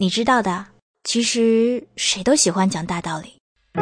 你知道的，其实谁都喜欢讲大道理。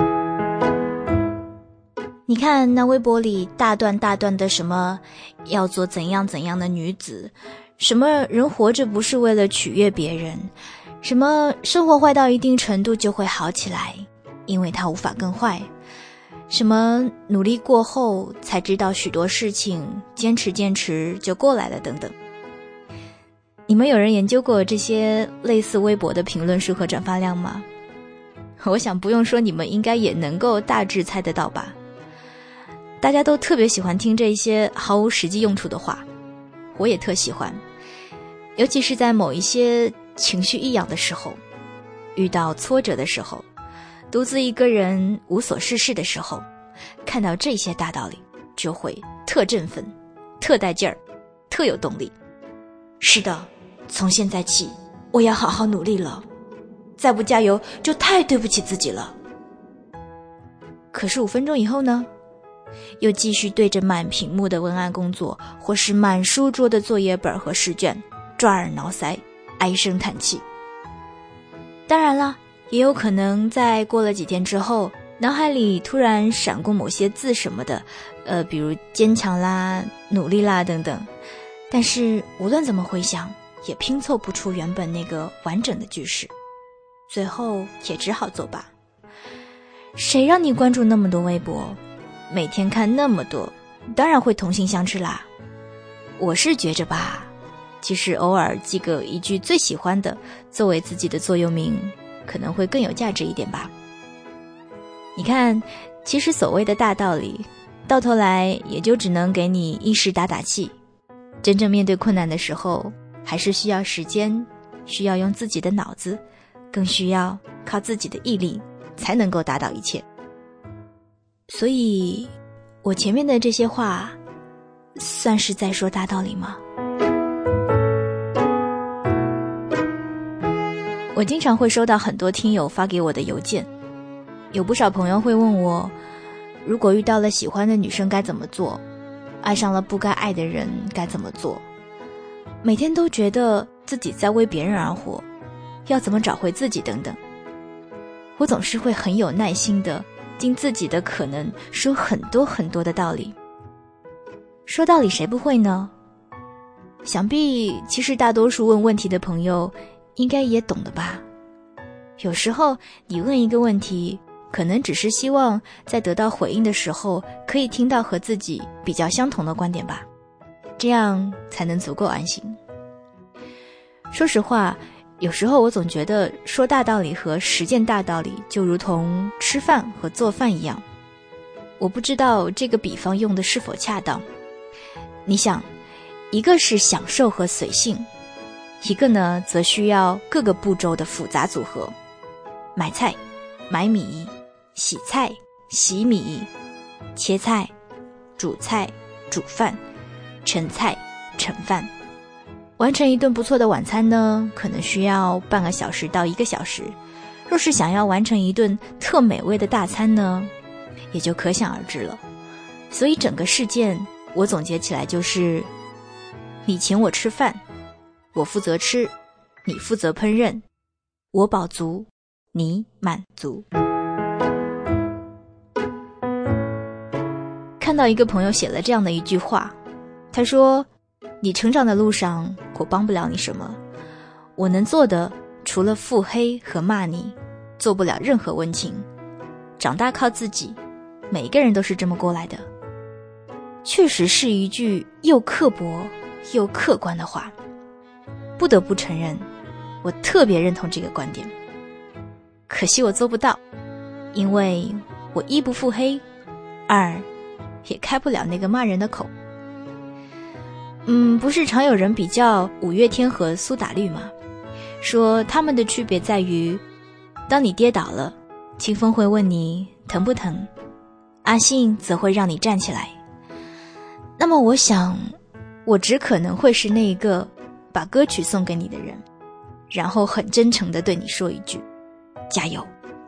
你看那微博里大段大段的什么要做怎样怎样的女子，什么人活着不是为了取悦别人，什么生活坏到一定程度就会好起来，因为它无法更坏，什么努力过后才知道许多事情，坚持就过来了等等。你们有人研究过这些类似微博的评论数和转发量吗？我想不用说，你们应该也能够大致猜得到吧。大家都特别喜欢听这一些毫无实际用处的话，我也特喜欢，尤其是在某一些情绪异样的时候，遇到挫折的时候，独自一个人无所事事的时候，看到这些大道理就会特振奋，特带劲儿，特有动力。是的，从现在起我要好好努力了，再不加油就太对不起自己了。可是5分钟以后呢，又继续对着满屏幕的文案工作，或是满书桌的作业本和试卷，抓耳挠腮，唉声叹气。当然了，也有可能在过了几天之后，脑海里突然闪过某些字什么的，比如坚强啦、努力啦等等，但是无论怎么回想，也拼凑不出原本那个完整的句式，最后也只好作罢。谁让你关注那么多微博，每天看那么多，当然会同性相斥啦。我是觉着吧，其实偶尔记个一句最喜欢的作为自己的座右铭，可能会更有价值一点吧。你看，其实所谓的大道理，到头来也就只能给你一时打打气，真正面对困难的时候，还是需要时间，需要用自己的脑子，更需要靠自己的毅力才能够打倒一切。所以我前面的这些话算是在说大道理吗？我经常会收到很多听友发给我的邮件，有不少朋友会问我，如果遇到了喜欢的女生该怎么做，爱上了不该爱的人该怎么做，每天都觉得自己在为别人而活，要怎么找回自己等等。我总是会很有耐心的尽自己的可能说很多很多的道理。说道理谁不会呢？想必其实大多数问问题的朋友应该也懂的吧。有时候你问一个问题，可能只是希望在得到回应的时候可以听到和自己比较相同的观点吧，这样才能足够安心。说实话，有时候我总觉得说大道理和实践大道理就如同吃饭和做饭一样，我不知道这个比方用的是否恰当。你想，一个是享受和随性，一个呢则需要各个步骤的复杂组合，买菜、买米、洗菜、洗米、切菜、煮菜、煮饭、盛菜、盛饭。完成一顿不错的晚餐呢，可能需要半个小时到1个小时。若是想要完成一顿特美味的大餐呢，也就可想而知了。所以整个事件我总结起来就是，你请我吃饭，我负责吃，你负责烹饪，我饱足，你满足。看到一个朋友写了这样的一句话，他说，你成长的路上我帮不了你什么，我能做的除了腹黑和骂你，做不了任何温情。长大靠自己，每个人都是这么过来的。确实是一句又刻薄又客观的话，不得不承认，我特别认同这个观点。可惜我做不到，因为我一不腹黑，二也开不了那个骂人的口。不是常有人比较五月天和苏打绿吗？说他们的区别在于，当你跌倒了，清风会问你疼不疼，阿信则会让你站起来。那么我想，我只可能会是那一个把歌曲送给你的人，然后很真诚地对你说一句加油。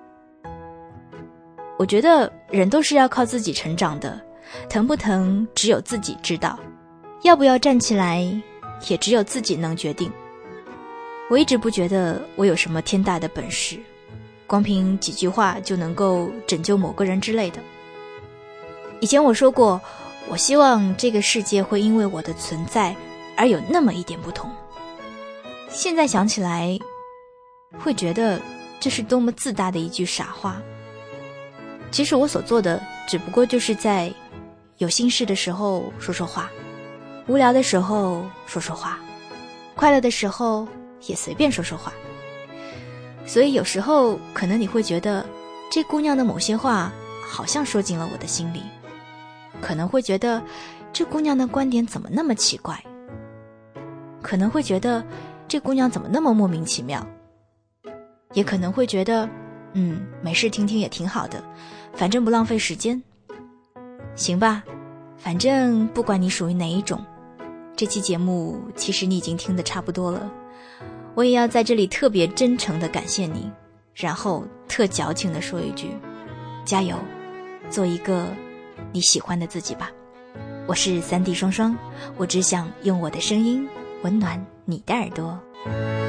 我觉得人都是要靠自己成长的，疼不疼只有自己知道，要不要站起来也只有自己能决定。 我一直不觉得我有什么天大的本事，光凭几句话就能够拯救某个人之类的。以前我说过，我希望这个世界会因为我的存在而有那么一点不同。现在想起来，会觉得这是多么自大的一句傻话。其实我所做的只不过就是在有心事的时候说说话，无聊的时候说说话，快乐的时候也随便说说话。所以有时候可能你会觉得这姑娘的某些话好像说进了我的心里，可能会觉得这姑娘的观点怎么那么奇怪，可能会觉得这姑娘怎么那么莫名其妙，也可能会觉得没事听听也挺好的，反正不浪费时间。行吧，反正不管你属于哪一种，这期节目其实你已经听得差不多了。我也要在这里特别真诚地感谢你，然后特矫情地说一句，加油，做一个你喜欢的自己吧。我是3D双双，我只想用我的声音温暖你的耳朵。